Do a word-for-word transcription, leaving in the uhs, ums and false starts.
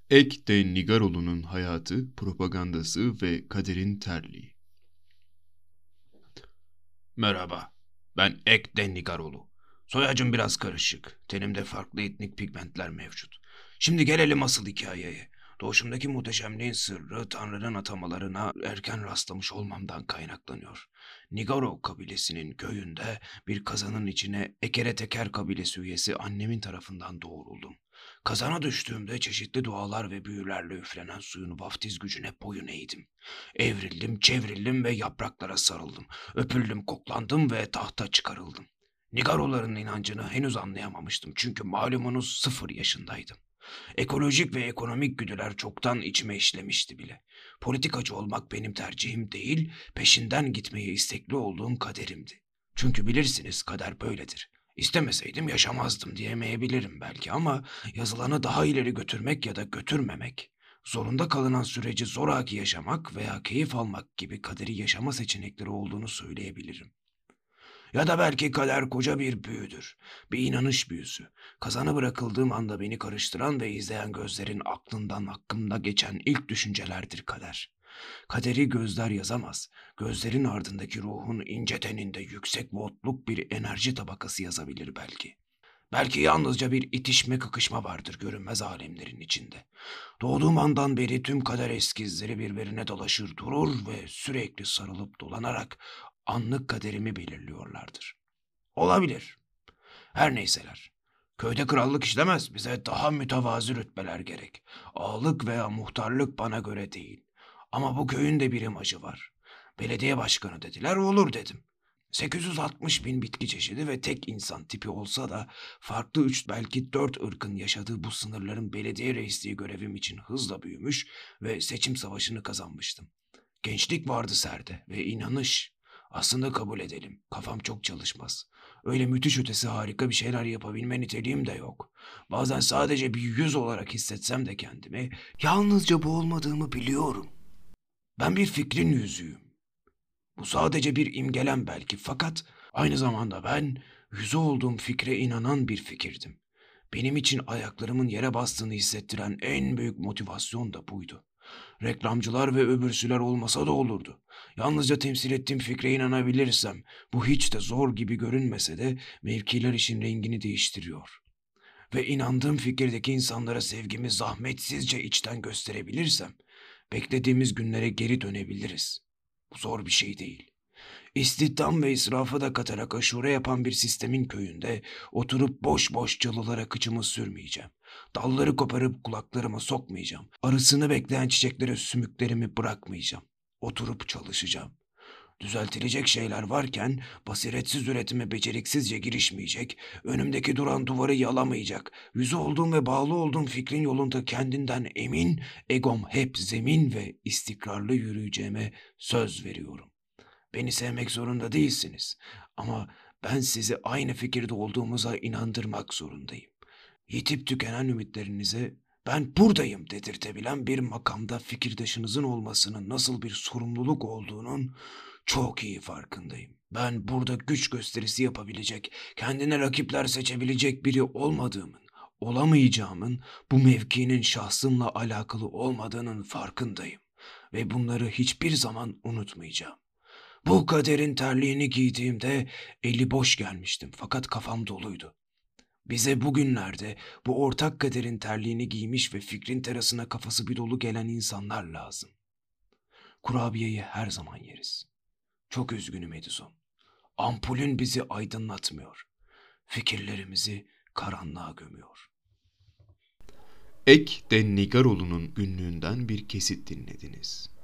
Ek de Nigaroğlu'nun hayatı, propagandası ve kaderin terliği. Merhaba, ben Ekden Nigaroğlu. Soyacım biraz karışık. Tenimde farklı etnik pigmentler mevcut. Şimdi gelelim asıl hikayeye. Doğuşumdaki muhteşemliğin sırrı Tanrı'nın atamalarına erken rastlamış olmamdan kaynaklanıyor. Nigaro kabilesinin köyünde bir kazanın içine Ekere Teker kabilesi üyesi annemin tarafından doğuruldum. Kazana düştüğümde çeşitli dualar ve büyülerle üflenen suyun vaftiz gücüne boyun eğdim. Evrildim, çevrildim ve yapraklara sarıldım. Öpüldüm, koklandım ve tahta çıkarıldım. Nigaroların inancını henüz anlayamamıştım çünkü malumunuz sıfır yaşındaydım. Ekolojik ve ekonomik güdüler çoktan içime işlemişti bile. Politikacı olmak benim tercihim değil, peşinden gitmeye istekli olduğum kaderimdi. Çünkü bilirsiniz kader böyledir. İstemeseydim yaşamazdım diyemeyebilirim belki ama yazılanı daha ileri götürmek ya da götürmemek, zorunda kalınan süreci zoraki yaşamak veya keyif almak gibi kaderi yaşama seçenekleri olduğunu söyleyebilirim. Ya da belki kader koca bir büyüdür. Bir inanış büyüsü. Kazanı bırakıldığım anda beni karıştıran ve izleyen gözlerin aklından hakkımda geçen ilk düşüncelerdir kader. Kaderi gözler yazamaz. Gözlerin ardındaki ruhun ince teninde yüksek voltluk bir enerji tabakası yazabilir belki. Belki yalnızca bir itişme kakışma vardır görünmez alemlerin içinde. Doğduğum andan beri tüm kader eskizleri birbirine dolaşır durur ve sürekli sarılıp dolanarak anlık kaderimi belirliyorlardır. Olabilir. Her neyseler. Köyde krallık işlemez. Bize daha mütevazi rütbeler gerek. Ağalık veya muhtarlık bana göre değil. Ama bu köyün de bir imajı var. Belediye başkanı dediler, olur dedim. sekiz yüz altmış bin bitki çeşidi ve tek insan tipi olsa da farklı üç belki dört ırkın yaşadığı bu sınırların belediye reisliği görevim için hızla büyümüş ve seçim savaşını kazanmıştım. Gençlik vardı serde ve inanış. Aslında kabul edelim, kafam çok çalışmaz. Öyle müthiş ötesi harika bir şeyler yapabilme niteliğim de yok. Bazen sadece bir yüz olarak hissetsem de kendimi, yalnızca bu olmadığımı biliyorum. Ben bir fikrin yüzüyüm. Bu sadece bir imgelem belki fakat aynı zamanda ben yüzü olduğum fikre inanan bir fikirdim. Benim için ayaklarımın yere bastığını hissettiren en büyük motivasyon da buydu. Reklamcılar ve öbürsüler olmasa da olurdu. Yalnızca temsil ettiğim fikre inanabilirsem, bu hiç de zor gibi görünmese de mevkiler işin rengini değiştiriyor. Ve inandığım fikirdeki insanlara sevgimi zahmetsizce içten gösterebilirsem, beklediğimiz günlere geri dönebiliriz. Bu zor bir şey değil. İstihdam ve israfı da katarak aşure yapan bir sistemin köyünde oturup boş boş çalılara kıçımı sürmeyeceğim. Dalları koparıp kulaklarıma sokmayacağım. Arısını bekleyen çiçeklere sümüklerimi bırakmayacağım. Oturup çalışacağım. Düzeltilecek şeyler varken basiretsiz üretime beceriksizce girişmeyecek, önümdeki duran duvarı yalamayacak, yüzü olduğum ve bağlı olduğum fikrin yolunda kendinden emin, egom hep zemin ve istikrarlı yürüyeceğime söz veriyorum. Beni sevmek zorunda değilsiniz ama ben sizi aynı fikirde olduğumuza inandırmak zorundayım. Yitip tükenen ümitlerinize ben buradayım dedirtebilen bir makamda fikirdaşınızın olmasının nasıl bir sorumluluk olduğunun çok iyi farkındayım. Ben burada güç gösterisi yapabilecek, kendine rakipler seçebilecek biri olmadığımın, olamayacağımın, bu mevkinin şahsımla alakalı olmadığının farkındayım ve bunları hiçbir zaman unutmayacağım. Bu kaderin terliğini giydiğimde eli boş gelmiştim fakat kafam doluydu. Bize bugünlerde bu ortak kaderin terliğini giymiş ve fikrin terasına kafası bir dolu gelen insanlar lazım. Kurabiyeyi her zaman yeriz. Çok üzgünüm Edison. Ampulün bizi aydınlatmıyor. Fikirlerimizi karanlığa gömüyor. Ek de Nigaroğlu'nun günlüğünden bir kesit dinlediniz.